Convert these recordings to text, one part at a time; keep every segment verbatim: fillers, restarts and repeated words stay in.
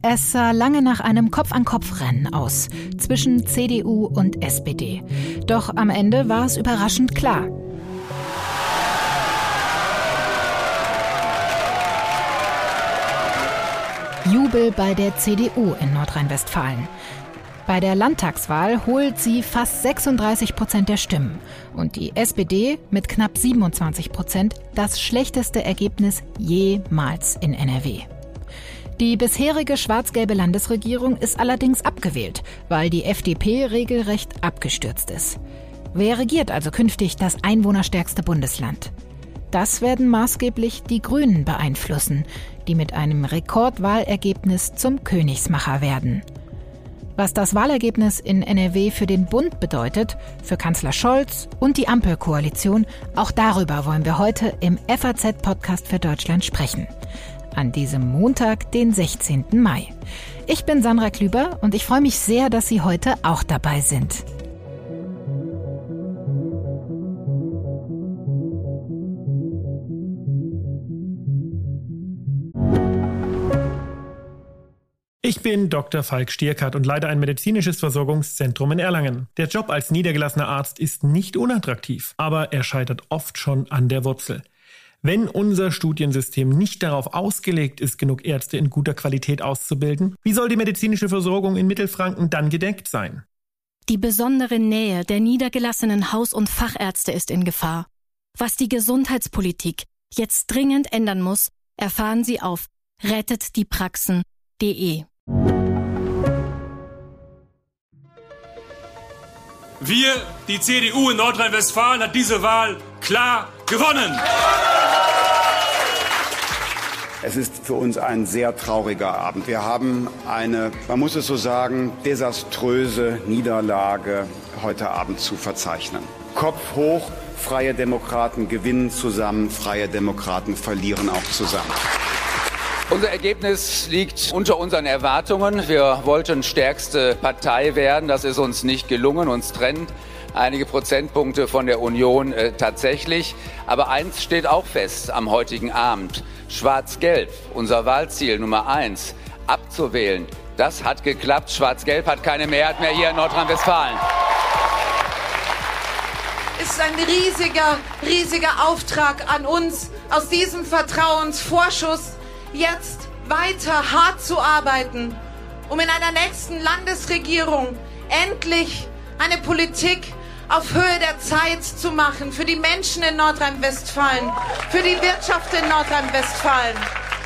Es sah lange nach einem Kopf-an-Kopf-Rennen aus zwischen C D U und S P D. Doch am Ende war es überraschend klar. Jubel bei der C D U in Nordrhein-Westfalen. Bei der Landtagswahl holt sie fast sechsunddreißig Prozent der Stimmen und die S P D mit knapp siebenundzwanzig Prozent das schlechteste Ergebnis jemals in N R W. Die bisherige schwarz-gelbe Landesregierung ist allerdings abgewählt, weil die F D P regelrecht abgestürzt ist. Wer regiert also künftig das einwohnerstärkste Bundesland? Das werden maßgeblich die Grünen beeinflussen, die mit einem Rekordwahlergebnis zum Königsmacher werden. Was das Wahlergebnis in N R W für den Bund bedeutet, für Kanzler Scholz und die Ampelkoalition, auch darüber wollen wir heute im F A Z-Podcast für Deutschland sprechen. An diesem Montag, den sechzehnten Mai. Ich bin Sandra Klüber und ich freue mich sehr, dass Sie heute auch dabei sind. Ich bin Doktor Falk Stierkart und leite ein medizinisches Versorgungszentrum in Erlangen. Der Job als niedergelassener Arzt ist nicht unattraktiv, aber er scheitert oft schon an der Wurzel. Wenn unser Studiensystem nicht darauf ausgelegt ist, genug Ärzte in guter Qualität auszubilden, wie soll die medizinische Versorgung in Mittelfranken dann gedeckt sein? Die besondere Nähe der niedergelassenen Haus- und Fachärzte ist in Gefahr. Was die Gesundheitspolitik jetzt dringend ändern muss, erfahren Sie auf rettet die praxen punkt de. Wir, die C D U in Nordrhein-Westfalen, hat diese Wahl klar gewonnen. Es ist für uns ein sehr trauriger Abend. Wir haben eine, man muss es so sagen, desaströse Niederlage heute Abend zu verzeichnen. Kopf hoch, Freie Demokraten gewinnen zusammen, Freie Demokraten verlieren auch zusammen. Unser Ergebnis liegt unter unseren Erwartungen. Wir wollten stärkste Partei werden. Das ist uns nicht gelungen. Uns trennt einige Prozentpunkte von der Union äh, tatsächlich. Aber eins steht auch fest am heutigen Abend. Schwarz-Gelb, unser Wahlziel Nummer eins, abzuwählen. Das hat geklappt. Schwarz-Gelb hat keine Mehrheit mehr hier in Nordrhein-Westfalen. Es ist ein riesiger, riesiger Auftrag an uns, aus diesem Vertrauensvorschuss jetzt weiter hart zu arbeiten, um in einer nächsten Landesregierung endlich eine Politik auf Höhe der Zeit zu machen für die Menschen in Nordrhein-Westfalen, für die Wirtschaft in Nordrhein-Westfalen.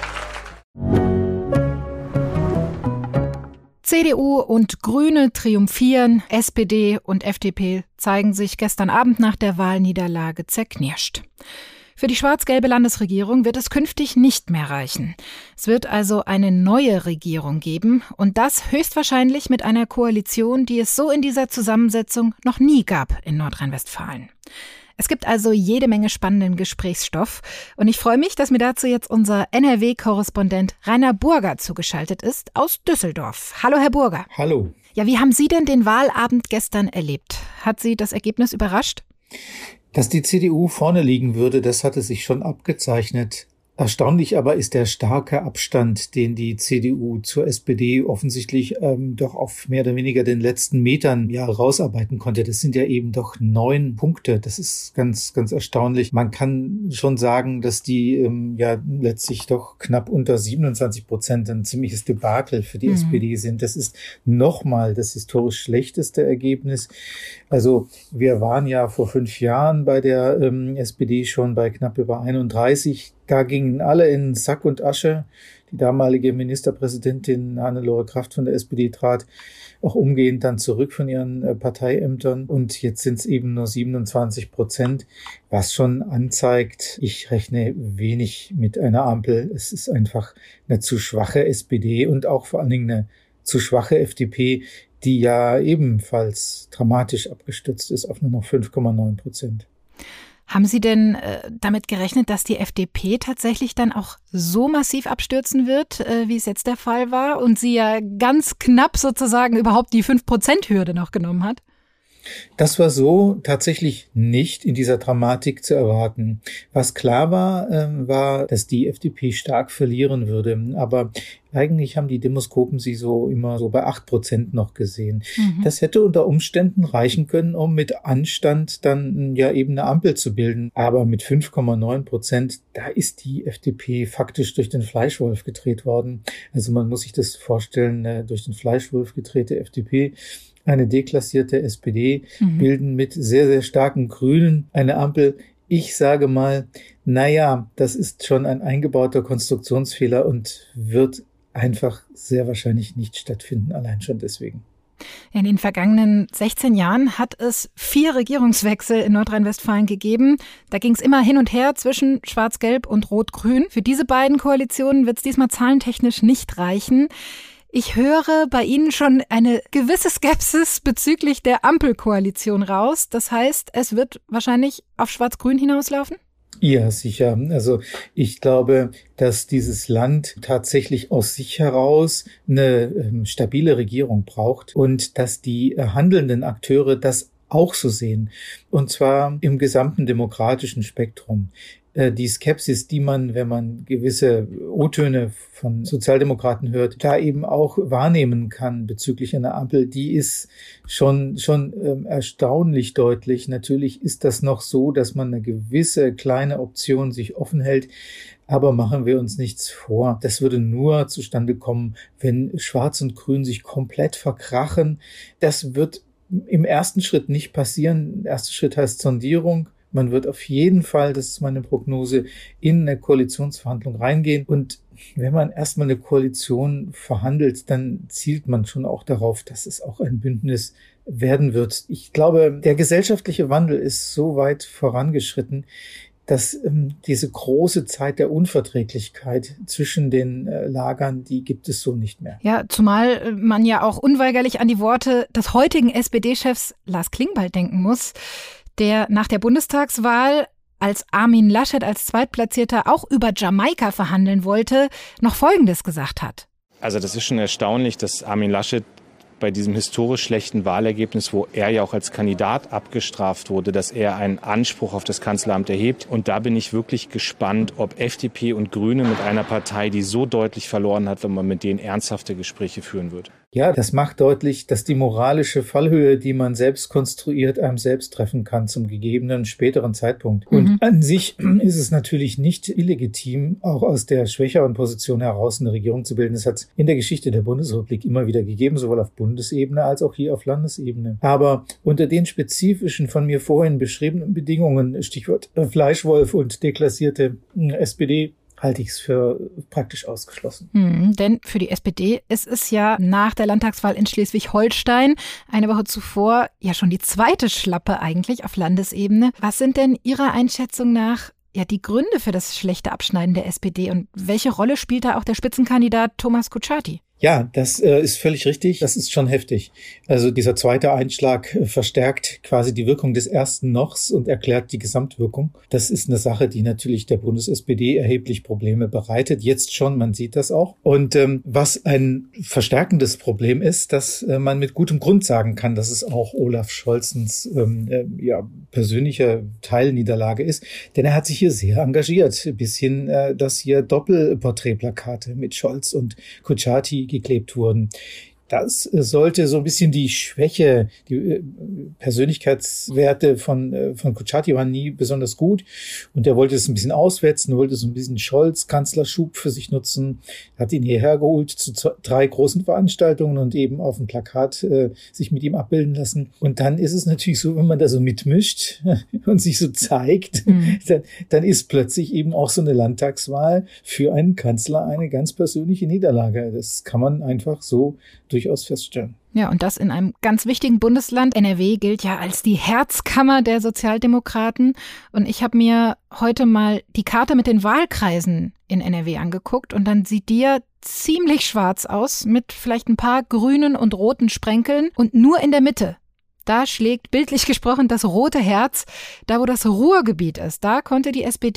C D U und Grüne triumphieren, S P D und F D P zeigen sich gestern Abend nach der Wahlniederlage zerknirscht. Für die schwarz-gelbe Landesregierung wird es künftig nicht mehr reichen. Es wird also eine neue Regierung geben und das höchstwahrscheinlich mit einer Koalition, die es so in dieser Zusammensetzung noch nie gab in Nordrhein-Westfalen. Es gibt also jede Menge spannenden Gesprächsstoff und ich freue mich, dass mir dazu jetzt unser N R W-Korrespondent Rainer Burger zugeschaltet ist aus Düsseldorf. Hallo, Herr Burger. Hallo. Ja, wie haben Sie denn den Wahlabend gestern erlebt? Hat Sie das Ergebnis überrascht? Dass die C D U vorne liegen würde, das hatte sich schon abgezeichnet. Erstaunlich aber ist der starke Abstand, den die C D U zur S P D offensichtlich ähm, doch auf mehr oder weniger den letzten Metern ja rausarbeiten konnte. Das sind ja eben doch neun Punkte. Das ist ganz, ganz erstaunlich. Man kann schon sagen, dass die ähm, ja letztlich doch knapp unter siebenundzwanzig Prozent ein ziemliches Debakel für die mhm. S P D sind. Das ist nochmal das historisch schlechteste Ergebnis. Also wir waren ja vor fünf Jahren bei der ähm, S P D schon bei knapp über einunddreißig. Da gingen alle in Sack und Asche. Die damalige Ministerpräsidentin Hannelore Kraft von der S P D trat auch umgehend dann zurück von ihren äh, Parteiämtern. Und jetzt sind es eben nur siebenundzwanzig Prozent, was schon anzeigt, ich rechne wenig mit einer Ampel. Es ist einfach eine zu schwache S P D und auch vor allen Dingen eine zu schwache F D P, die ja ebenfalls dramatisch abgestürzt ist auf nur noch fünf Komma neun Prozent. Haben Sie denn äh, damit gerechnet, dass die F D P tatsächlich dann auch so massiv abstürzen wird, äh, wie es jetzt der Fall war und sie ja ganz knapp sozusagen überhaupt die fünf Prozent Hürde noch genommen hat? Das war so tatsächlich nicht in dieser Dramatik zu erwarten. Was klar war, äh, war, dass die F D P stark verlieren würde. Aber eigentlich haben die Demoskopen sie so immer so bei acht Prozent noch gesehen. Mhm. Das hätte unter Umständen reichen können, um mit Anstand dann ja eben eine Ampel zu bilden. Aber mit fünf Komma neun Prozent, da ist die F D P faktisch durch den Fleischwolf gedreht worden. Also man muss sich das vorstellen, äh, durch den Fleischwolf gedrehte F D P, eine deklassierte S P D, mhm. bilden mit sehr, sehr starken Grünen eine Ampel. Ich sage mal, naja, das ist schon ein eingebauter Konstruktionsfehler und wird einfach sehr wahrscheinlich nicht stattfinden, allein schon deswegen. In den vergangenen sechzehn Jahren hat es vier Regierungswechsel in Nordrhein-Westfalen gegeben. Da ging es immer hin und her zwischen Schwarz-Gelb und Rot-Grün. Für diese beiden Koalitionen wird es diesmal zahlentechnisch nicht reichen. Ich höre bei Ihnen schon eine gewisse Skepsis bezüglich der Ampelkoalition raus. Das heißt, es wird wahrscheinlich auf Schwarz-Grün hinauslaufen? Ja, sicher. Also ich glaube, dass dieses Land tatsächlich aus sich heraus eine ähm, stabile Regierung braucht und dass die äh, handelnden Akteure das auch so sehen. Und zwar im gesamten demokratischen Spektrum. Die Skepsis, die man, wenn man gewisse O-Töne von Sozialdemokraten hört, da eben auch wahrnehmen kann bezüglich einer Ampel, die ist schon schon ähm, erstaunlich deutlich. Natürlich ist das noch so, dass man eine gewisse kleine Option sich offen hält. Aber machen wir uns nichts vor. Das würde nur zustande kommen, wenn Schwarz und Grün sich komplett verkrachen. Das wird im ersten Schritt nicht passieren. Der erste Schritt heißt Sondierung. Man wird auf jeden Fall, das ist meine Prognose, in eine Koalitionsverhandlung reingehen. Und wenn man erstmal eine Koalition verhandelt, dann zielt man schon auch darauf, dass es auch ein Bündnis werden wird. Ich glaube, der gesellschaftliche Wandel ist so weit vorangeschritten, dass ähm, diese große Zeit der Unverträglichkeit zwischen den äh, Lagern, die gibt es so nicht mehr. Ja, zumal man ja auch unweigerlich an die Worte des heutigen S P D-Chefs Lars Klingbeil denken muss, der nach der Bundestagswahl, als Armin Laschet als Zweitplatzierter auch über Jamaika verhandeln wollte, noch Folgendes gesagt hat. Also das ist schon erstaunlich, dass Armin Laschet bei diesem historisch schlechten Wahlergebnis, wo er ja auch als Kandidat abgestraft wurde, dass er einen Anspruch auf das Kanzleramt erhebt. Und da bin ich wirklich gespannt, ob F D P und Grüne mit einer Partei, die so deutlich verloren hat, wenn man mit denen ernsthafte Gespräche führen wird. Ja, das macht deutlich, dass die moralische Fallhöhe, die man selbst konstruiert, einem selbst treffen kann zum gegebenen späteren Zeitpunkt. Mhm. Und an sich ist es natürlich nicht illegitim, auch aus der schwächeren Position heraus eine Regierung zu bilden. Das hat es in der Geschichte der Bundesrepublik immer wieder gegeben, sowohl auf Bundesebene als auch hier auf Landesebene. Aber unter den spezifischen, von mir vorhin beschriebenen Bedingungen, Stichwort Fleischwolf und deklassierte S P D, halte ich es für praktisch ausgeschlossen. Hm, denn für die S P D ist es ja nach der Landtagswahl in Schleswig-Holstein eine Woche zuvor ja schon die zweite Schlappe eigentlich auf Landesebene. Was sind denn Ihrer Einschätzung nach ja die Gründe für das schlechte Abschneiden der S P D und welche Rolle spielt da auch der Spitzenkandidat Thomas Kutschaty? Ja, das äh, ist völlig richtig. Das ist schon heftig. Also dieser zweite Einschlag äh, verstärkt quasi die Wirkung des ersten Nochs und erklärt die Gesamtwirkung. Das ist eine Sache, die natürlich der Bundes-S P D erheblich Probleme bereitet. Jetzt schon, man sieht das auch. Und ähm, was ein verstärkendes Problem ist, dass äh, man mit gutem Grund sagen kann, dass es auch Olaf Scholzens ähm, äh, ja, persönliche Teilniederlage ist. Denn er hat sich hier sehr engagiert, bis hin, äh, dass hier Doppelporträtplakate mit Scholz und Kutschaty geklebt wurden. Das sollte so ein bisschen die Schwäche, die Persönlichkeitswerte von, von Kutschaty waren nie besonders gut und er wollte es ein bisschen auswetzen, wollte so ein bisschen Scholz-Kanzlerschub für sich nutzen, hat ihn hierher geholt zu zwei, drei großen Veranstaltungen und eben auf dem Plakat äh, sich mit ihm abbilden lassen. Und dann ist es natürlich so, wenn man da so mitmischt und sich so zeigt, mhm. dann, dann ist plötzlich eben auch so eine Landtagswahl für einen Kanzler eine ganz persönliche Niederlage. Das kann man einfach so durchaus feststellen. Ja, und das in einem ganz wichtigen Bundesland. N R W gilt ja als die Herzkammer der Sozialdemokraten. Und ich habe mir heute mal die Karte mit den Wahlkreisen in N R W angeguckt. Und dann sieht die ja ziemlich schwarz aus, mit vielleicht ein paar grünen und roten Sprenkeln. Und nur in der Mitte, da schlägt bildlich gesprochen das rote Herz. Da, wo das Ruhrgebiet ist, da konnte die S P D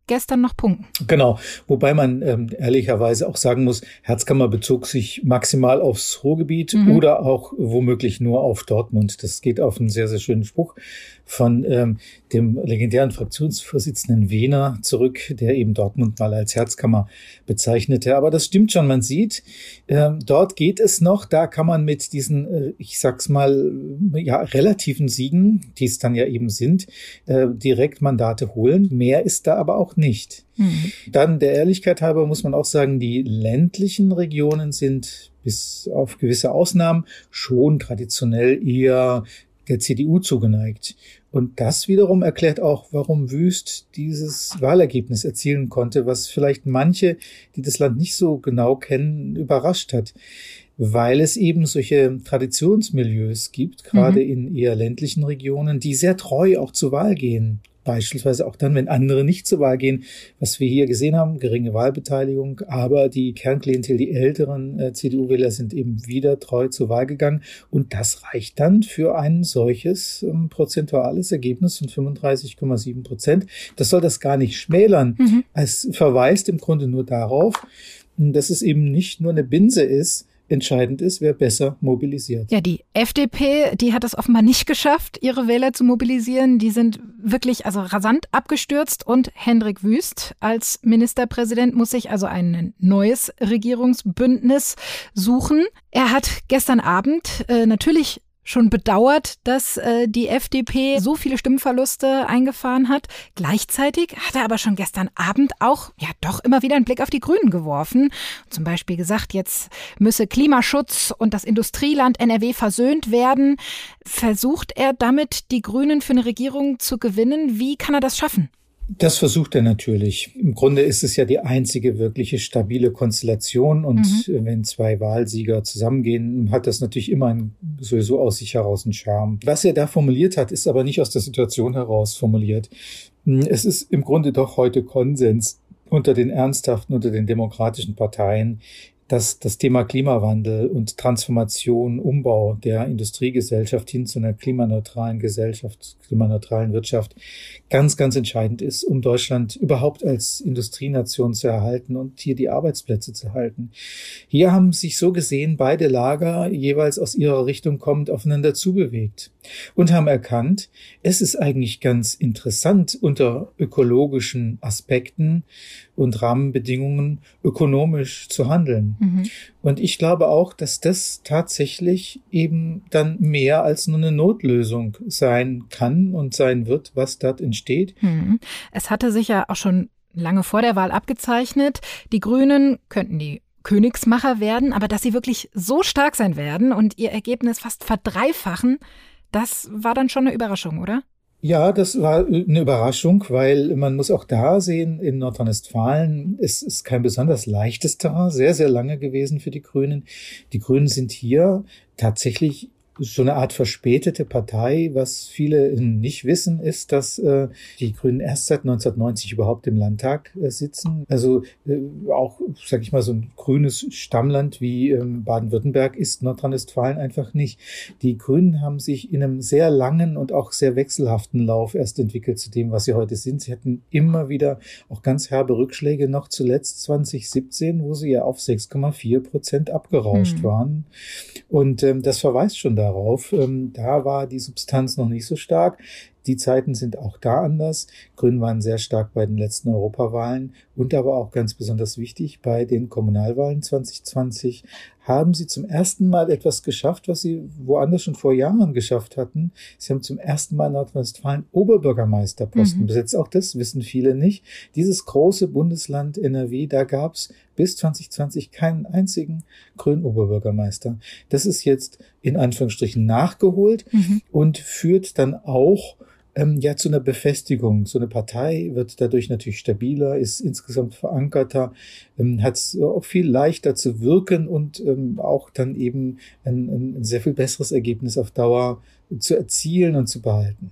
gestern noch punkten. Genau, wobei man ähm, ehrlicherweise auch sagen muss, Herzkammer bezog sich maximal aufs Ruhrgebiet mhm. oder auch womöglich nur auf Dortmund. Das geht auf einen sehr, sehr schönen Spruch von ähm, dem legendären Fraktionsvorsitzenden Wehner zurück, der eben Dortmund mal als Herzkammer bezeichnete. Aber das stimmt schon, man sieht, äh, dort geht es noch, da kann man mit diesen, äh, ich sag's mal, ja, relativen Siegen, die es dann ja eben sind, äh, direkt Mandate holen. Mehr ist da aber auch nicht. Mhm. Dann der Ehrlichkeit halber muss man auch sagen, die ländlichen Regionen sind bis auf gewisse Ausnahmen schon traditionell eher der C D U zugeneigt. Und das wiederum erklärt auch, warum Wüst dieses Wahlergebnis erzielen konnte, was vielleicht manche, die das Land nicht so genau kennen, überrascht hat. Weil es eben solche Traditionsmilieus gibt, gerade mhm. in eher ländlichen Regionen, die sehr treu auch zur Wahl gehen. Beispielsweise auch dann, wenn andere nicht zur Wahl gehen, was wir hier gesehen haben, geringe Wahlbeteiligung, aber die Kernklientel, die älteren äh, C D U-Wähler sind eben wieder treu zur Wahl gegangen und das reicht dann für ein solches ähm, prozentuales Ergebnis von fünfunddreißig Komma sieben Prozent. Das soll das gar nicht schmälern. Mhm. Es verweist im Grunde nur darauf, dass es eben nicht nur eine Binse ist. Entscheidend ist, wer besser mobilisiert. Ja, die F D P, die hat es offenbar nicht geschafft, ihre Wähler zu mobilisieren. Die sind wirklich also rasant abgestürzt und Hendrik Wüst als Ministerpräsident muss sich also ein neues Regierungsbündnis suchen. Er hat gestern Abend äh, natürlich schon bedauert, dass äh, die F D P so viele Stimmenverluste eingefahren hat. Gleichzeitig hat er aber schon gestern Abend auch ja doch immer wieder einen Blick auf die Grünen geworfen. Zum Beispiel gesagt, jetzt müsse Klimaschutz und das Industrieland N R W versöhnt werden. Versucht er damit, die Grünen für eine Regierung zu gewinnen? Wie kann er das schaffen? Das versucht er natürlich. Im Grunde ist es ja die einzige wirkliche stabile Konstellation und mhm. wenn zwei Wahlsieger zusammengehen, hat das natürlich immer einen, sowieso aus sich heraus einen Charme. Was er da formuliert hat, ist aber nicht aus der Situation heraus formuliert. Es ist im Grunde doch heute Konsens unter den ernsthaften, unter den demokratischen Parteien, dass das Thema Klimawandel und Transformation, Umbau der Industriegesellschaft hin zu einer klimaneutralen Gesellschaft, klimaneutralen Wirtschaft ganz, ganz entscheidend ist, um Deutschland überhaupt als Industrienation zu erhalten und hier die Arbeitsplätze zu halten. Hier haben sich so gesehen beide Lager jeweils aus ihrer Richtung kommend aufeinander zubewegt und haben erkannt, es ist eigentlich ganz interessant, unter ökologischen Aspekten und Rahmenbedingungen ökonomisch zu handeln. Mhm. Und ich glaube auch, dass das tatsächlich eben dann mehr als nur eine Notlösung sein kann und sein wird, was dort entsteht. Mhm. Es hatte sich ja auch schon lange vor der Wahl abgezeichnet, die Grünen könnten die Königsmacher werden, aber dass sie wirklich so stark sein werden und ihr Ergebnis fast verdreifachen, das war dann schon eine Überraschung, oder? Ja, das war eine Überraschung, weil man muss auch da sehen, in Nordrhein-Westfalen ist es kein besonders leichtes Terrain, sehr, sehr lange gewesen für die Grünen. Die Grünen sind hier tatsächlich so eine Art verspätete Partei. Was viele nicht wissen, ist, dass äh, die Grünen erst seit neunzehnhundertneunzig überhaupt im Landtag äh, sitzen. Also äh, auch, sag ich mal, so ein grünes Stammland wie ähm, Baden-Württemberg ist Nordrhein-Westfalen einfach nicht. Die Grünen haben sich in einem sehr langen und auch sehr wechselhaften Lauf erst entwickelt zu dem, was sie heute sind. Sie hatten immer wieder auch ganz herbe Rückschläge, noch zuletzt zwanzig siebzehn, wo sie ja auf sechs Komma vier Prozent abgerauscht mhm. waren. Und ähm, das verweist schon darauf. Darauf. Ähm, da war die Substanz noch nicht so stark. Die Zeiten sind auch da anders. Grünen waren sehr stark bei den letzten Europawahlen und aber auch ganz besonders wichtig bei den Kommunalwahlen zwanzig zwanzig haben sie zum ersten Mal etwas geschafft, was sie woanders schon vor Jahren geschafft hatten. Sie haben zum ersten Mal in Nordrhein-Westfalen Oberbürgermeisterposten mhm. besetzt. Auch das wissen viele nicht. Dieses große Bundesland N R W, da gab es bis zwanzig zwanzig keinen einzigen grünen Oberbürgermeister. Das ist jetzt in Anführungsstrichen nachgeholt mhm. und führt dann auch ähm, ja zu einer Befestigung. So eine Partei wird dadurch natürlich stabiler, ist insgesamt verankerter, ähm, hat es auch viel leichter zu wirken und ähm, auch dann eben ein, ein sehr viel besseres Ergebnis auf Dauer zu erzielen und zu behalten.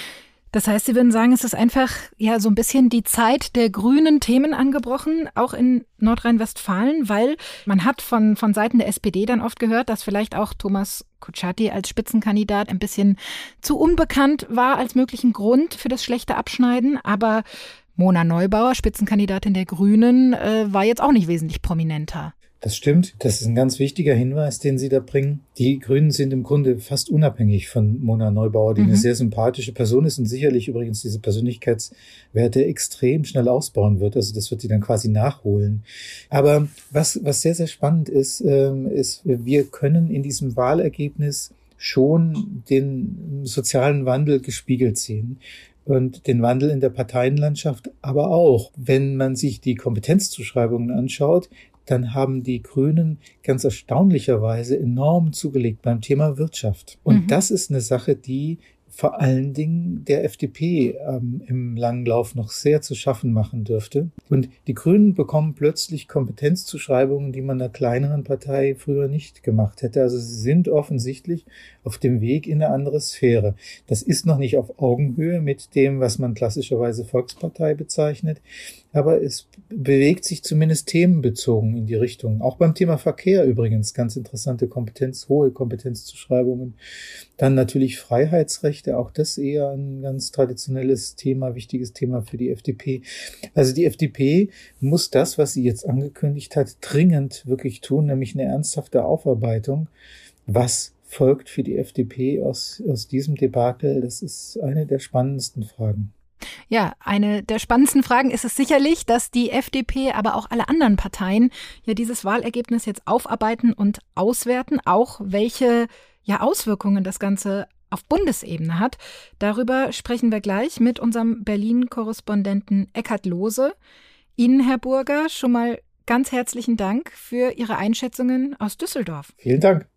Das heißt, Sie würden sagen, es ist einfach ja so ein bisschen die Zeit der grünen Themen angebrochen, auch in Nordrhein-Westfalen, weil man hat von von Seiten der S P D dann oft gehört, dass vielleicht auch Thomas Kutschaty als Spitzenkandidat ein bisschen zu unbekannt war als möglichen Grund für das schlechte Abschneiden. Aber Mona Neubauer, Spitzenkandidatin der Grünen, äh, war jetzt auch nicht wesentlich prominenter. Das stimmt. Das ist ein ganz wichtiger Hinweis, den Sie da bringen. Die Grünen sind im Grunde fast unabhängig von Mona Neubauer, die mhm. eine sehr sympathische Person ist und sicherlich übrigens diese Persönlichkeitswerte extrem schnell ausbauen wird. Also das wird sie dann quasi nachholen. Aber was, was sehr, sehr spannend ist, ähm, ist, wir können in diesem Wahlergebnis schon den sozialen Wandel gespiegelt sehen. Und den Wandel in der Parteienlandschaft aber auch. Wenn man sich die Kompetenzzuschreibungen anschaut, dann haben die Grünen ganz erstaunlicherweise enorm zugelegt beim Thema Wirtschaft. Und mhm. das ist eine Sache, die vor allen Dingen der F D P ähm, im langen Lauf noch sehr zu schaffen machen dürfte. Und die Grünen bekommen plötzlich Kompetenzzuschreibungen, die man einer kleineren Partei früher nicht gemacht hätte. Also sie sind offensichtlich auf dem Weg in eine andere Sphäre. Das ist noch nicht auf Augenhöhe mit dem, was man klassischerweise Volkspartei bezeichnet, aber es bewegt sich zumindest themenbezogen in die Richtung. Auch beim Thema Verkehr übrigens ganz interessante Kompetenz, hohe Kompetenzzuschreibungen. Dann natürlich Freiheitsrechte, auch das eher ein ganz traditionelles Thema, wichtiges Thema für die F D P. Also die F D P muss das, was sie jetzt angekündigt hat, dringend wirklich tun, nämlich eine ernsthafte Aufarbeitung. Was folgt für die F D P aus, aus diesem Debakel? Das ist eine der spannendsten Fragen. Ja, eine der spannendsten Fragen ist es sicherlich, dass die F D P, aber auch alle anderen Parteien ja dieses Wahlergebnis jetzt aufarbeiten und auswerten, auch welche ja Auswirkungen das Ganze auf Bundesebene hat. Darüber sprechen wir gleich mit unserem Berlin-Korrespondenten Eckhard Lohse. Ihnen, Herr Burger, schon mal ganz herzlichen Dank für Ihre Einschätzungen aus Düsseldorf. Vielen Dank.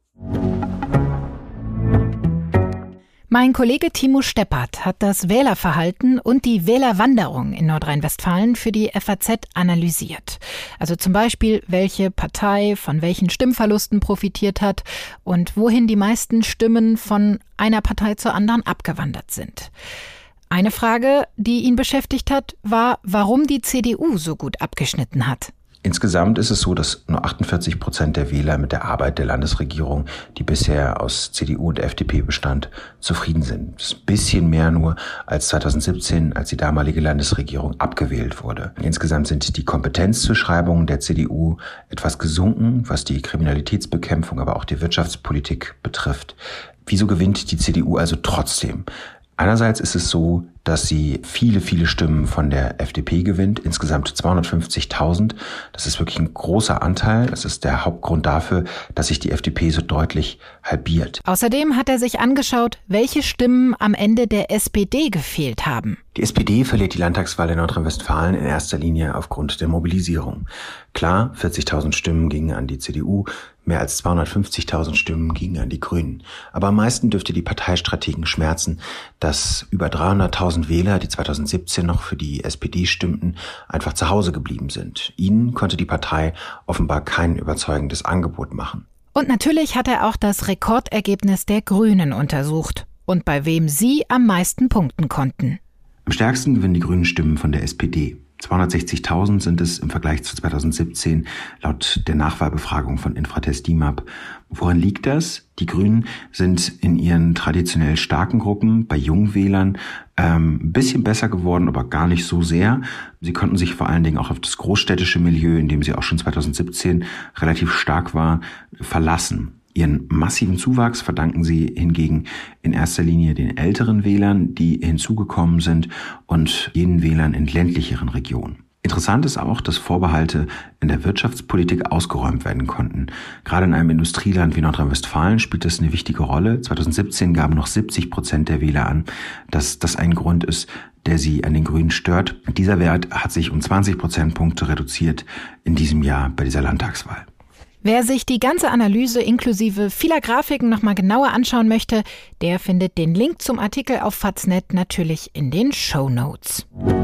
Mein Kollege Timo Steppert hat das Wählerverhalten und die Wählerwanderung in Nordrhein-Westfalen für die F A Z analysiert. Also zum Beispiel, welche Partei von welchen Stimmverlusten profitiert hat und wohin die meisten Stimmen von einer Partei zur anderen abgewandert sind. Eine Frage, die ihn beschäftigt hat, war, warum die C D U so gut abgeschnitten hat. Insgesamt ist es so, dass nur achtundvierzig Prozent der Wähler mit der Arbeit der Landesregierung, die bisher aus C D U und F D P bestand, zufrieden sind. Das ist ein bisschen mehr nur als zweitausendsiebzehn, als die damalige Landesregierung abgewählt wurde. Insgesamt sind die Kompetenzzuschreibungen der C D U etwas gesunken, was die Kriminalitätsbekämpfung, aber auch die Wirtschaftspolitik betrifft. Wieso gewinnt die C D U also trotzdem? Einerseits ist es so, dass sie viele, viele Stimmen von der F D P gewinnt, insgesamt zweihundertfünfzigtausend. Das ist wirklich ein großer Anteil. Das ist der Hauptgrund dafür, dass sich die F D P so deutlich halbiert. Außerdem hat er sich angeschaut, welche Stimmen am Ende der S P D gefehlt haben. Die S P D verliert die Landtagswahl in Nordrhein-Westfalen in erster Linie aufgrund der Mobilisierung. Klar, vierzigtausend Stimmen gingen an die C D U, mehr als zweihundertfünfzigtausend Stimmen gingen an die Grünen. Aber am meisten dürfte die Parteistrategen schmerzen, dass über dreihunderttausend Wähler, die zweitausendsiebzehn noch für die S P D stimmten, einfach zu Hause geblieben sind. Ihnen konnte die Partei offenbar kein überzeugendes Angebot machen. Und natürlich hat er auch das Rekordergebnis der Grünen untersucht und bei wem sie am meisten punkten konnten. Am stärksten gewinnen die Grünen Stimmen von der S P D. zweihundertsechzigtausend sind es im Vergleich zu zweitausendsiebzehn laut der Nachwahlbefragung von Infratest D I M A P. Woran liegt das? Die Grünen sind in ihren traditionell starken Gruppen bei Jungwählern ähm, ein bisschen besser geworden, aber gar nicht so sehr. Sie konnten sich vor allen Dingen auch auf das großstädtische Milieu, in dem sie auch schon zweitausendsiebzehn relativ stark war, verlassen. Ihren massiven Zuwachs verdanken sie hingegen in erster Linie den älteren Wählern, die hinzugekommen sind, und jenen Wählern in ländlicheren Regionen. Interessant ist auch, dass Vorbehalte in der Wirtschaftspolitik ausgeräumt werden konnten. Gerade in einem Industrieland wie Nordrhein-Westfalen spielt das eine wichtige Rolle. zweitausendsiebzehn gaben noch siebzig Prozent der Wähler an, dass das ein Grund ist, der sie an den Grünen stört. Dieser Wert hat sich um zwanzig Prozentpunkte reduziert in diesem Jahr bei dieser Landtagswahl. Wer sich die ganze Analyse inklusive vieler Grafiken nochmal genauer anschauen möchte, der findet den Link zum Artikel auf Faznet natürlich in den Shownotes.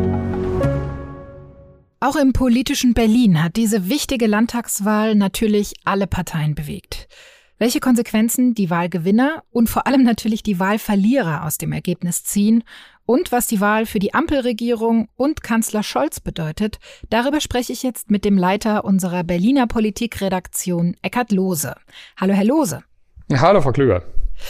Auch im politischen Berlin hat diese wichtige Landtagswahl natürlich alle Parteien bewegt. Welche Konsequenzen die Wahlgewinner und vor allem natürlich die Wahlverlierer aus dem Ergebnis ziehen und was die Wahl für die Ampelregierung und Kanzler Scholz bedeutet, darüber spreche ich jetzt mit dem Leiter unserer Berliner Politikredaktion, Eckhard Lohse. Hallo, Herr Lohse. Hallo, Frau Klüger.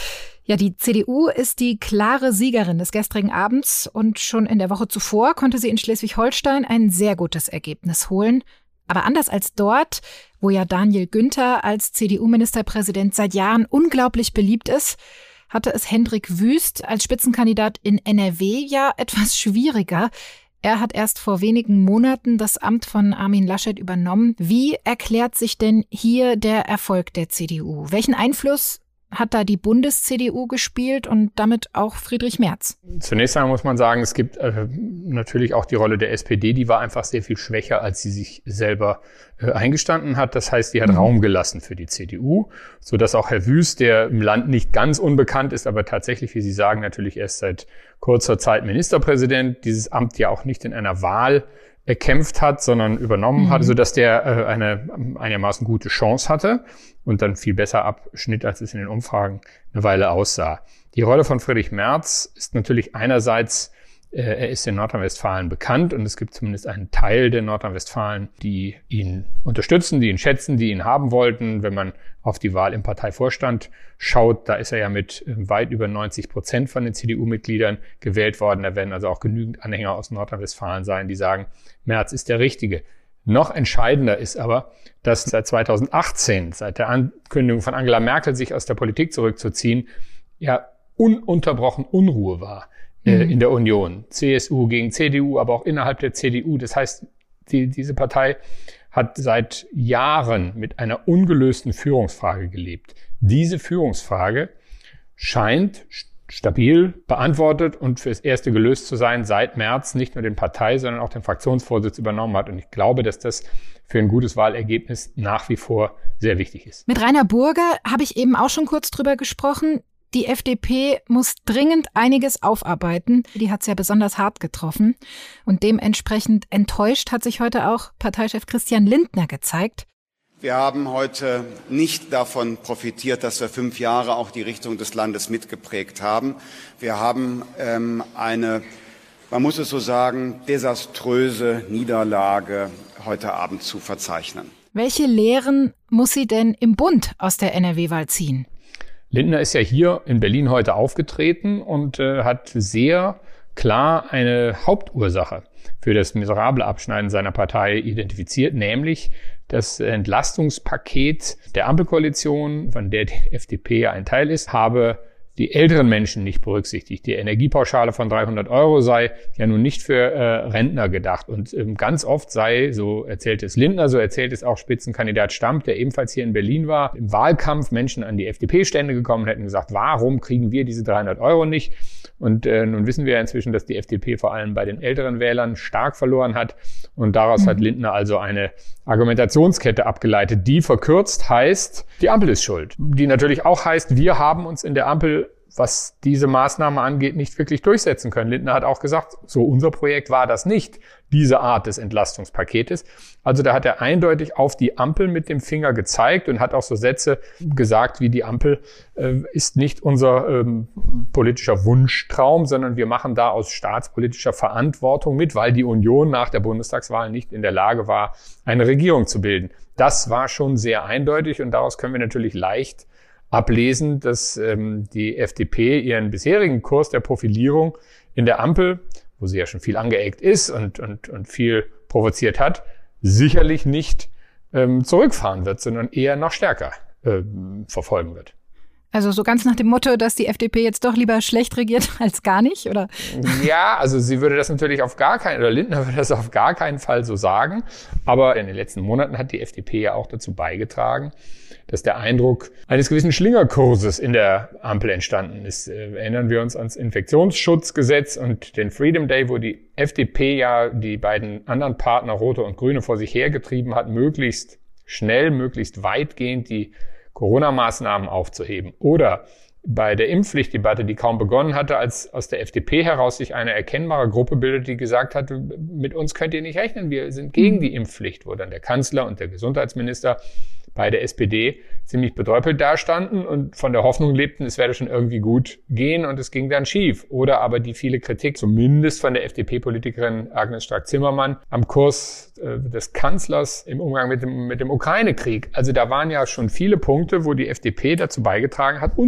Ja, die C D U ist die klare Siegerin des gestrigen Abends und schon in der Woche zuvor konnte sie in Schleswig-Holstein ein sehr gutes Ergebnis holen. Aber anders als dort, wo ja Daniel Günther als C D U-Ministerpräsident seit Jahren unglaublich beliebt ist, hatte es Hendrik Wüst als Spitzenkandidat in N R W ja etwas schwieriger. Er hat erst vor wenigen Monaten das Amt von Armin Laschet übernommen. Wie erklärt sich denn hier der Erfolg der C D U? Welchen Einfluss hat da die Bundes-C D U gespielt und damit auch Friedrich Merz? Zunächst einmal muss man sagen, es gibt äh, natürlich auch die Rolle der S P D, die war einfach sehr viel schwächer, als sie sich selber äh, eingestanden hat. Das heißt, die hat mhm. Raum gelassen für die C D U, sodass auch Herr Wüst, der im Land nicht ganz unbekannt ist, aber tatsächlich, wie Sie sagen, natürlich erst seit kurzer Zeit Ministerpräsident, dieses Amt ja auch nicht in einer Wahl erkämpft hat, sondern übernommen mhm. hat, sodass der äh, eine einigermaßen gute Chance hatte und dann viel besser abschnitt, als es in den Umfragen eine Weile aussah. Die Rolle von Friedrich Merz ist natürlich einerseits, äh, er ist in Nordrhein-Westfalen bekannt und es gibt zumindest einen Teil der Nordrhein-Westfalen, die ihn unterstützen, die ihn schätzen, die ihn haben wollten. Wenn man auf die Wahl im Parteivorstand schaut, da ist er ja mit weit über neunzig Prozent von den C D U-Mitgliedern gewählt worden. Da werden also auch genügend Anhänger aus Nordrhein-Westfalen sein, die sagen, Merz ist der Richtige. Noch entscheidender ist aber, dass seit zweitausendachtzehn, seit der Ankündigung von Angela Merkel, sich aus der Politik zurückzuziehen, ja ununterbrochen Unruhe war äh, mhm. in der Union. C S U gegen C D U, aber auch innerhalb der C D U. Das heißt, die, diese Partei hat seit Jahren mit einer ungelösten Führungsfrage gelebt. Diese Führungsfrage scheint stabil beantwortet und fürs Erste gelöst zu sein, seit Merz nicht nur den Partei-, sondern auch den Fraktionsvorsitz übernommen hat. Und ich glaube, dass das für ein gutes Wahlergebnis nach wie vor sehr wichtig ist. Mit Rainer Burger habe ich eben auch schon kurz drüber gesprochen. Die F D P muss dringend einiges aufarbeiten. Die hat es ja besonders hart getroffen. Und dementsprechend enttäuscht hat sich heute auch Parteichef Christian Lindner gezeigt. Wir haben heute nicht davon profitiert, dass wir fünf Jahre auch die Richtung des Landes mitgeprägt haben. Wir haben ähm, eine, man muss es so sagen, desaströse Niederlage heute Abend zu verzeichnen. Welche Lehren muss sie denn im Bund aus der N R W-Wahl ziehen? Lindner ist ja hier in Berlin heute aufgetreten und äh, hat sehr klar eine Hauptursache für das miserable Abschneiden seiner Partei identifiziert, nämlich das Entlastungspaket der Ampelkoalition, von der die F D P ja ein Teil ist, habe die älteren Menschen nicht berücksichtigt. Die Energiepauschale von dreihundert Euro sei ja nun nicht für äh, Rentner gedacht. Und ähm, ganz oft sei, so erzählt es Lindner, so erzählt es auch Spitzenkandidat Stamp, der ebenfalls hier in Berlin war, im Wahlkampf Menschen an die F D P-Stände gekommen und hätten gesagt, warum kriegen wir diese dreihundert Euro nicht? Und äh, nun wissen wir ja inzwischen, dass die F D P vor allem bei den älteren Wählern stark verloren hat. Und daraus mhm. hat Lindner also eine Argumentationskette abgeleitet, die verkürzt heißt, die Ampel ist schuld. Die natürlich auch heißt, wir haben uns in der Ampel, was diese Maßnahme angeht, nicht wirklich durchsetzen können. Lindner hat auch gesagt, so unser Projekt war das nicht, diese Art des Entlastungspaketes. Also da hat er eindeutig auf die Ampel mit dem Finger gezeigt und hat auch so Sätze gesagt wie, die Ampel äh, ist nicht unser ähm, politischer Wunschtraum, sondern wir machen da aus staatspolitischer Verantwortung mit, weil die Union nach der Bundestagswahl nicht in der Lage war, eine Regierung zu bilden. Das war schon sehr eindeutig und daraus können wir natürlich leicht ablesen, dass ähm, die F D P ihren bisherigen Kurs der Profilierung in der Ampel, wo sie ja schon viel angeeckt ist und, und, und viel provoziert hat, sicherlich nicht ähm, zurückfahren wird, sondern eher noch stärker ähm, verfolgen wird. Also so ganz nach dem Motto, dass die F D P jetzt doch lieber schlecht regiert als gar nicht, oder? Ja, also sie würde das natürlich auf gar keinen, oder Lindner würde das auf gar keinen Fall so sagen. Aber in den letzten Monaten hat die F D P ja auch dazu beigetragen, dass der Eindruck eines gewissen Schlingerkurses in der Ampel entstanden ist. Äh, erinnern wir uns ans Infektionsschutzgesetz und den Freedom Day, wo die F D P ja die beiden anderen Partner, Rote und Grüne, vor sich hergetrieben hat, möglichst schnell, möglichst weitgehend die Corona-Maßnahmen aufzuheben. Oder bei der Impfpflichtdebatte, die kaum begonnen hatte, als aus der F D P heraus sich eine erkennbare Gruppe bildet, die gesagt hat, mit uns könnt ihr nicht rechnen, wir sind gegen die Impfpflicht, wo dann der Kanzler und der Gesundheitsminister bei der S P D ziemlich bedröppelt dastanden und von der Hoffnung lebten, es werde schon irgendwie gut gehen und es ging dann schief. Oder aber die viele Kritik, zumindest von der F D P-Politikerin Agnes Strack-Zimmermann, am Kurs äh, des Kanzlers im Umgang mit dem, mit dem Ukraine-Krieg. Also da waren ja schon viele Punkte, wo die F D P dazu beigetragen hat, Unruhe in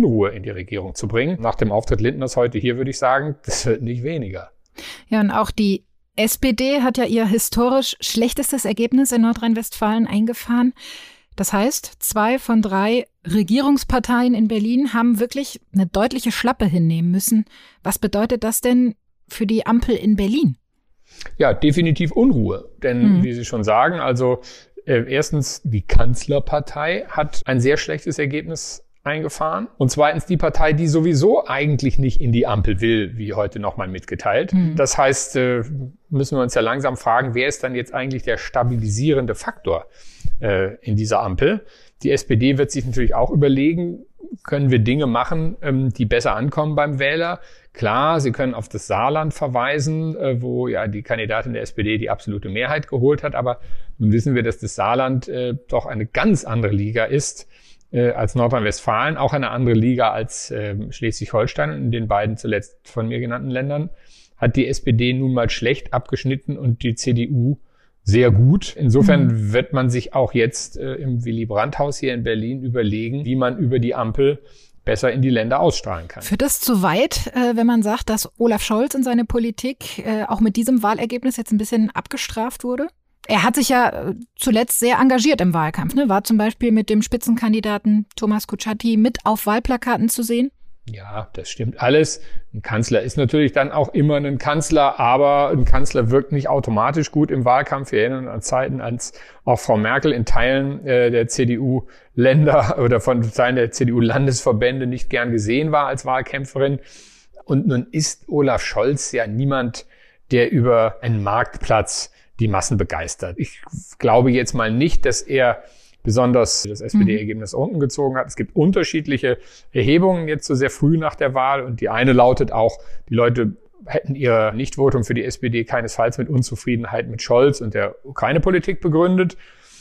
die Regierung zu bringen. Nach dem Auftritt Lindners heute hier würde ich sagen, das wird nicht weniger. Ja, und auch die S P D hat ja ihr historisch schlechtestes Ergebnis in Nordrhein-Westfalen eingefahren. Das heißt, zwei von drei Regierungsparteien in Berlin haben wirklich eine deutliche Schlappe hinnehmen müssen. Was bedeutet das denn für die Ampel in Berlin? Ja, definitiv Unruhe. Denn, mhm. wie Sie schon sagen, also äh, erstens, die Kanzlerpartei hat ein sehr schlechtes Ergebnis eingefahren. Und zweitens die Partei, die sowieso eigentlich nicht in die Ampel will, wie heute nochmal mitgeteilt. Mhm. Das heißt, äh, müssen wir uns ja langsam fragen, wer ist dann jetzt eigentlich der stabilisierende Faktor äh, in dieser Ampel? Die S P D wird sich natürlich auch überlegen, können wir Dinge machen, ähm, die besser ankommen beim Wähler? Klar, sie können auf das Saarland verweisen, äh, wo ja die Kandidatin der S P D die absolute Mehrheit geholt hat. Aber nun wissen wir, dass das Saarland äh, doch eine ganz andere Liga ist äh, als Nordrhein-Westfalen, auch eine andere Liga als äh, Schleswig-Holstein. Und in den beiden zuletzt von mir genannten Ländern hat die S P D nun mal schlecht abgeschnitten und die C D U sehr gut. Insofern mhm. wird man sich auch jetzt äh, im Willy-Brandt-Haus hier in Berlin überlegen, wie man über die Ampel besser in die Länder ausstrahlen kann. Führt das zu weit, äh, wenn man sagt, dass Olaf Scholz in seine Politik äh, auch mit diesem Wahlergebnis jetzt ein bisschen abgestraft wurde? Er hat sich ja äh, zuletzt sehr engagiert im Wahlkampf, ne? War zum Beispiel mit dem Spitzenkandidaten Thomas Kutschaty mit auf Wahlplakaten zu sehen. Ja, das stimmt alles. Ein Kanzler ist natürlich dann auch immer ein Kanzler, aber ein Kanzler wirkt nicht automatisch gut im Wahlkampf. Wir erinnern uns an Zeiten, als auch Frau Merkel in Teilen äh, der C D U-Länder oder von Teilen der C D U-Landesverbände nicht gern gesehen war als Wahlkämpferin. Und nun ist Olaf Scholz ja niemand, der über einen Marktplatz die Massen begeistert. Ich glaube jetzt mal nicht, dass er besonders das S P D-Ergebnis mhm. unten gezogen hat. Es gibt unterschiedliche Erhebungen jetzt so sehr früh nach der Wahl und die eine lautet auch, die Leute hätten ihr Nichtvotum für die S P D keinesfalls mit Unzufriedenheit mit Scholz und der Ukraine-Politik begründet.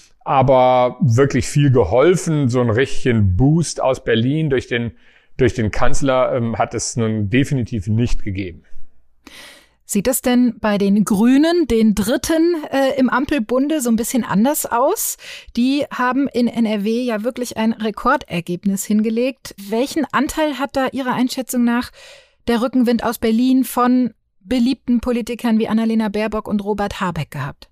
Aber wirklich viel geholfen, so ein richtigen Boost aus Berlin durch den, durch den Kanzler ähm, hat es nun definitiv nicht gegeben. Sieht es denn bei den Grünen, den Dritten äh, im Ampelbunde, so ein bisschen anders aus? Die haben in N R W ja wirklich ein Rekordergebnis hingelegt. Welchen Anteil hat da Ihrer Einschätzung nach der Rückenwind aus Berlin von beliebten Politikern wie Annalena Baerbock und Robert Habeck gehabt?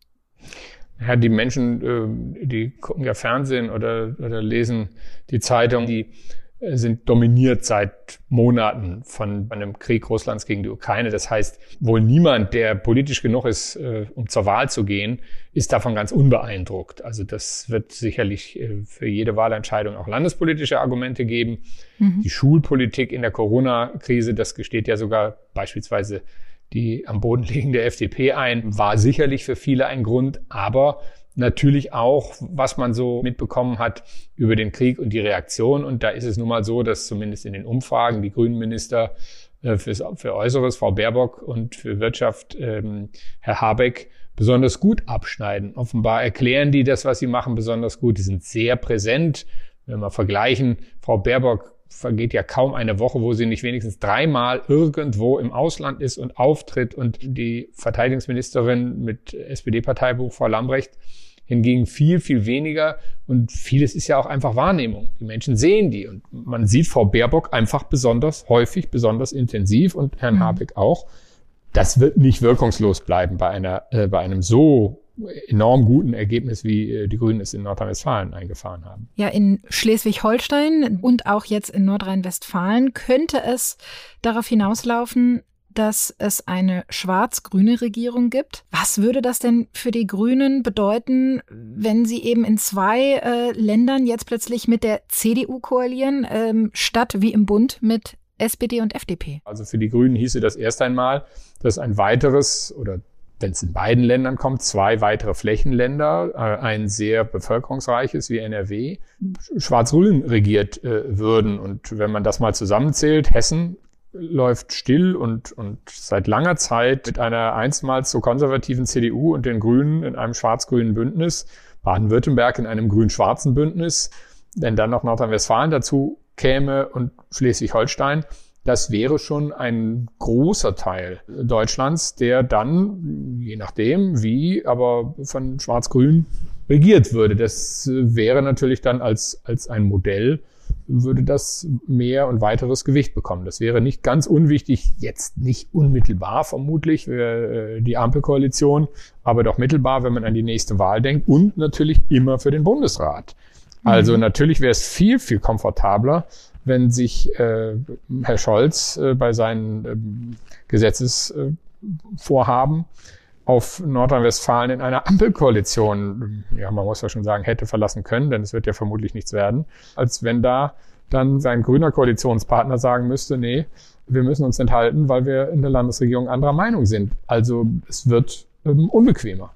Ja, die Menschen, die gucken ja Fernsehen oder, oder lesen die Zeitung, die sind dominiert seit Monaten von einem Krieg Russlands gegen die Ukraine. Das heißt, wohl niemand, der politisch genug ist, um zur Wahl zu gehen, ist davon ganz unbeeindruckt. Also das wird sicherlich für jede Wahlentscheidung auch landespolitische Argumente geben. Mhm. Die Schulpolitik in der Corona-Krise, das gesteht ja sogar beispielsweise die am Boden liegende F D P ein, war sicherlich für viele ein Grund, aber natürlich auch, was man so mitbekommen hat über den Krieg und die Reaktion. Und da ist es nun mal so, dass zumindest in den Umfragen die grünen Minister äh, fürs, für Äußeres, Frau Baerbock, und für Wirtschaft, ähm, Herr Habeck, besonders gut abschneiden. Offenbar erklären die das, was sie machen, besonders gut. Die sind sehr präsent. Wenn wir vergleichen, Frau Baerbock vergeht ja kaum eine Woche, wo sie nicht wenigstens dreimal irgendwo im Ausland ist und auftritt. Und die Verteidigungsministerin mit S P D-Parteibuch, Frau Lambrecht, hingegen viel, viel weniger. Und vieles ist ja auch einfach Wahrnehmung. Die Menschen sehen die. Und man sieht Frau Baerbock einfach besonders häufig, besonders intensiv und Herrn mhm. Habeck auch. Das wird nicht wirkungslos bleiben bei einer, äh, bei einem so enorm guten Ergebnis, wie äh, die Grünen es in Nordrhein-Westfalen eingefahren haben. Ja, in Schleswig-Holstein und auch jetzt in Nordrhein-Westfalen könnte es darauf hinauslaufen, dass es eine schwarz-grüne Regierung gibt. Was würde das denn für die Grünen bedeuten, wenn sie eben in zwei äh, Ländern jetzt plötzlich mit der C D U koalieren, ähm, statt wie im Bund mit S P D und F D P? Also für die Grünen hieße das erst einmal, dass ein weiteres oder wenn es in beiden Ländern kommt, zwei weitere Flächenländer, äh, ein sehr bevölkerungsreiches wie N R W, schwarz-grün regiert äh, würden. Und wenn man das mal zusammenzählt, Hessen läuft still und, und seit langer Zeit mit einer einstmals so konservativen C D U und den Grünen in einem schwarz-grünen Bündnis, Baden-Württemberg in einem grün-schwarzen Bündnis, wenn dann noch Nordrhein-Westfalen dazu käme und Schleswig-Holstein, das wäre schon ein großer Teil Deutschlands, der dann, je nachdem wie, aber von Schwarz-Grün regiert würde. Das wäre natürlich dann als, als ein Modell würde das mehr und weiteres Gewicht bekommen. Das wäre nicht ganz unwichtig, jetzt nicht unmittelbar vermutlich für die Ampelkoalition, aber doch mittelbar, wenn man an die nächste Wahl denkt und natürlich immer für den Bundesrat. Also mhm. natürlich wäre es viel, viel komfortabler, wenn sich äh, Herr Scholz äh, bei seinen äh, Gesetzesvorhaben äh, auf Nordrhein-Westfalen in einer Ampelkoalition, ja, man muss ja schon sagen, hätte verlassen können, denn es wird ja vermutlich nichts werden, als wenn da dann sein grüner Koalitionspartner sagen müsste, nee, wir müssen uns enthalten, weil wir in der Landesregierung anderer Meinung sind. Also es wird ähm, unbequemer.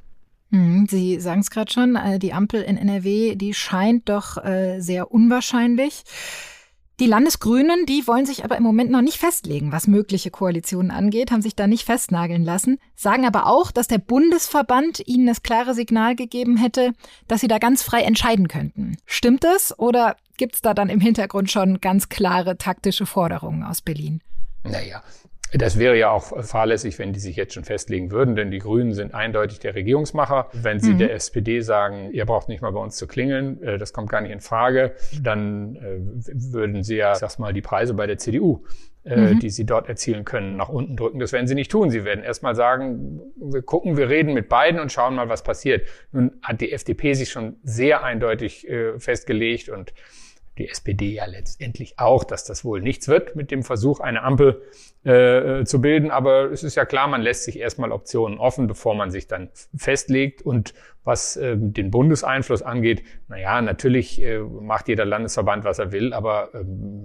Sie sagen es gerade schon, die Ampel in N R W, die scheint doch äh, sehr unwahrscheinlich. Die Landesgrünen, die wollen sich aber im Moment noch nicht festlegen, was mögliche Koalitionen angeht, haben sich da nicht festnageln lassen, sagen aber auch, dass der Bundesverband ihnen das klare Signal gegeben hätte, dass sie da ganz frei entscheiden könnten. Stimmt das oder gibt's da dann im Hintergrund schon ganz klare taktische Forderungen aus Berlin? Naja, das wäre ja auch fahrlässig, wenn die sich jetzt schon festlegen würden, denn die Grünen sind eindeutig der Regierungsmacher. Wenn sie mhm. der S P D sagen, ihr braucht nicht mal bei uns zu klingeln, das kommt gar nicht in Frage, dann würden sie ja, ich sag's mal, die Preise bei der C D U, mhm. die sie dort erzielen können, nach unten drücken. Das werden sie nicht tun. Sie werden erstmal sagen, wir gucken, wir reden mit beiden und schauen mal, was passiert. Nun hat die F D P sich schon sehr eindeutig festgelegt und die S P D ja letztendlich auch, dass das wohl nichts wird mit dem Versuch, eine Ampel äh, zu bilden. Aber es ist ja klar, man lässt sich erstmal Optionen offen, bevor man sich dann festlegt. Und was äh, den Bundeseinfluss angeht, naja, natürlich äh, macht jeder Landesverband, was er will, aber ähm,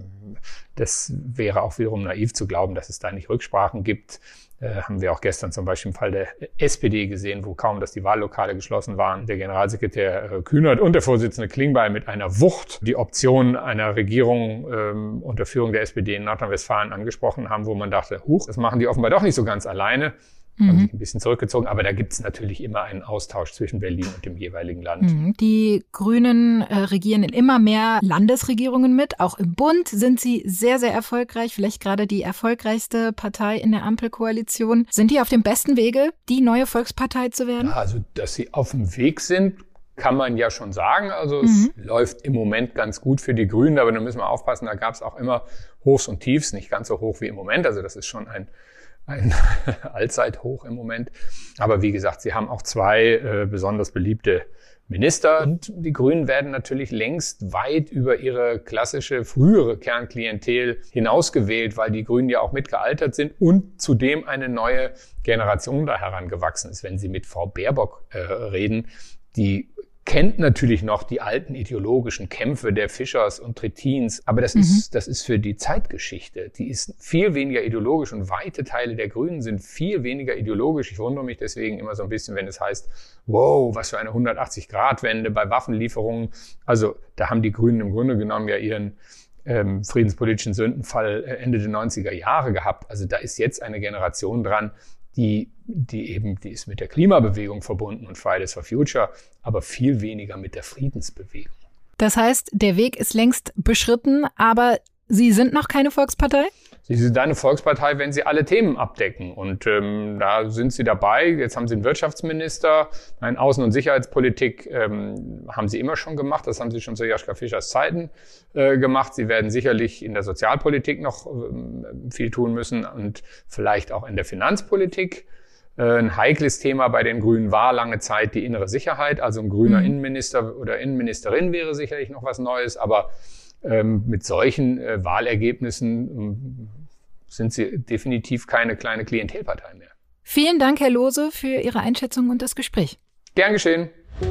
das wäre auch wiederum naiv zu glauben, dass es da nicht Rücksprachen gibt. Äh, haben wir auch gestern zum Beispiel im Fall der S P D gesehen, wo kaum, dass die Wahllokale geschlossen waren, der Generalsekretär äh, Kühnert und der Vorsitzende Klingbeil mit einer Wucht die Option einer Regierung ähm, unter Führung der S P D in Nordrhein-Westfalen angesprochen haben, wo man dachte, huch, das machen die offenbar doch nicht so ganz alleine. Mhm. Haben sich ein bisschen zurückgezogen, aber da gibt es natürlich immer einen Austausch zwischen Berlin und dem jeweiligen Land. Die Grünen äh, regieren in immer mehr Landesregierungen mit. Auch im Bund sind sie sehr, sehr erfolgreich. Vielleicht gerade die erfolgreichste Partei in der Ampelkoalition. Sind die auf dem besten Wege, die neue Volkspartei zu werden? Ja, also, dass sie auf dem Weg sind, kann man ja schon sagen. Also mhm. es läuft im Moment ganz gut für die Grünen, aber da müssen wir aufpassen, da gab es auch immer Hochs und Tiefs, nicht ganz so hoch wie im Moment. Also das ist schon ein ein Allzeithoch im Moment. Aber wie gesagt, sie haben auch zwei äh, besonders beliebte Minister. Und die Grünen werden natürlich längst weit über ihre klassische frühere Kernklientel hinausgewählt, weil die Grünen ja auch mitgealtert sind und zudem eine neue Generation da herangewachsen ist. Wenn Sie mit Frau Baerbock äh, reden, die kennt natürlich noch die alten ideologischen Kämpfe der Fischers und Trittins, aber das mhm. ist das ist für die Zeitgeschichte. Die ist viel weniger ideologisch und weite Teile der Grünen sind viel weniger ideologisch. Ich wundere mich deswegen immer so ein bisschen, wenn es heißt, wow, was für eine hundertachtzig-Grad-Wende bei Waffenlieferungen. Also da haben die Grünen im Grunde genommen ja ihren ähm, friedenspolitischen Sündenfall Ende der neunziger Jahre gehabt. Also da ist jetzt eine Generation dran, die, die eben, die ist mit der Klimabewegung verbunden und Fridays for Future, aber viel weniger mit der Friedensbewegung. Das heißt, der Weg ist längst beschritten, aber Sie sind noch keine Volkspartei? Sie sind eine Volkspartei, wenn Sie alle Themen abdecken. Und ähm, da sind Sie dabei. Jetzt haben Sie einen Wirtschaftsminister. Nein, Außen- und Sicherheitspolitik ähm, haben Sie immer schon gemacht. Das haben Sie schon zu Joschka Fischers Zeiten äh, gemacht. Sie werden sicherlich in der Sozialpolitik noch ähm, viel tun müssen und vielleicht auch in der Finanzpolitik. Äh, ein heikles Thema bei den Grünen war lange Zeit die innere Sicherheit. Also ein grüner mhm. Innenminister oder Innenministerin wäre sicherlich noch was Neues. Aber Ähm, mit solchen äh, Wahlergebnissen ähm, sind Sie definitiv keine kleine Klientelpartei mehr. Vielen Dank, Herr Lohse, für Ihre Einschätzung und das Gespräch. Gern geschehen.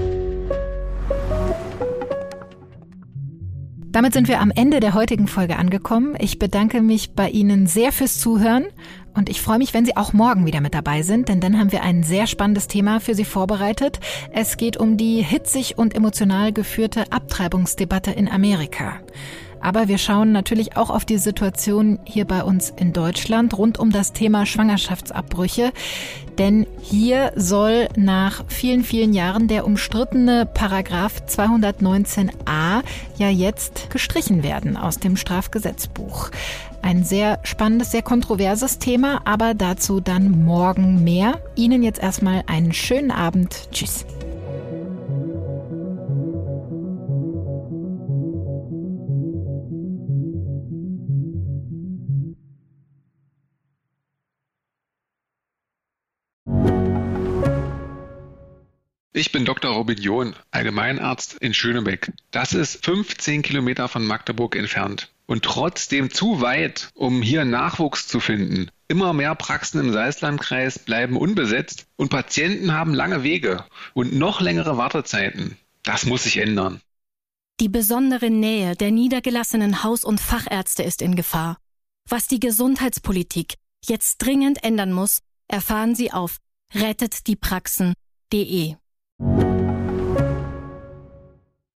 Damit sind wir am Ende der heutigen Folge angekommen. Ich bedanke mich bei Ihnen sehr fürs Zuhören und ich freue mich, wenn Sie auch morgen wieder mit dabei sind, denn dann haben wir ein sehr spannendes Thema für Sie vorbereitet. Es geht um die hitzig und emotional geführte Abtreibungsdebatte in Amerika. Aber wir schauen natürlich auch auf die Situation hier bei uns in Deutschland rund um das Thema Schwangerschaftsabbrüche. Denn hier soll nach vielen, vielen Jahren der umstrittene Paragraph zweihundertneunzehn a ja jetzt gestrichen werden aus dem Strafgesetzbuch. Ein sehr spannendes, sehr kontroverses Thema, aber dazu dann morgen mehr. Ihnen jetzt erstmal einen schönen Abend. Tschüss. Ich bin Doktor Robin John, Allgemeinarzt in Schönebeck. Das ist fünfzehn Kilometer von Magdeburg entfernt. Und trotzdem zu weit, um hier Nachwuchs zu finden. Immer mehr Praxen im Salzlandkreis bleiben unbesetzt und Patienten haben lange Wege und noch längere Wartezeiten. Das muss sich ändern. Die besondere Nähe der niedergelassenen Haus- und Fachärzte ist in Gefahr. Was die Gesundheitspolitik jetzt dringend ändern muss, erfahren Sie auf rettet die praxen punkt de.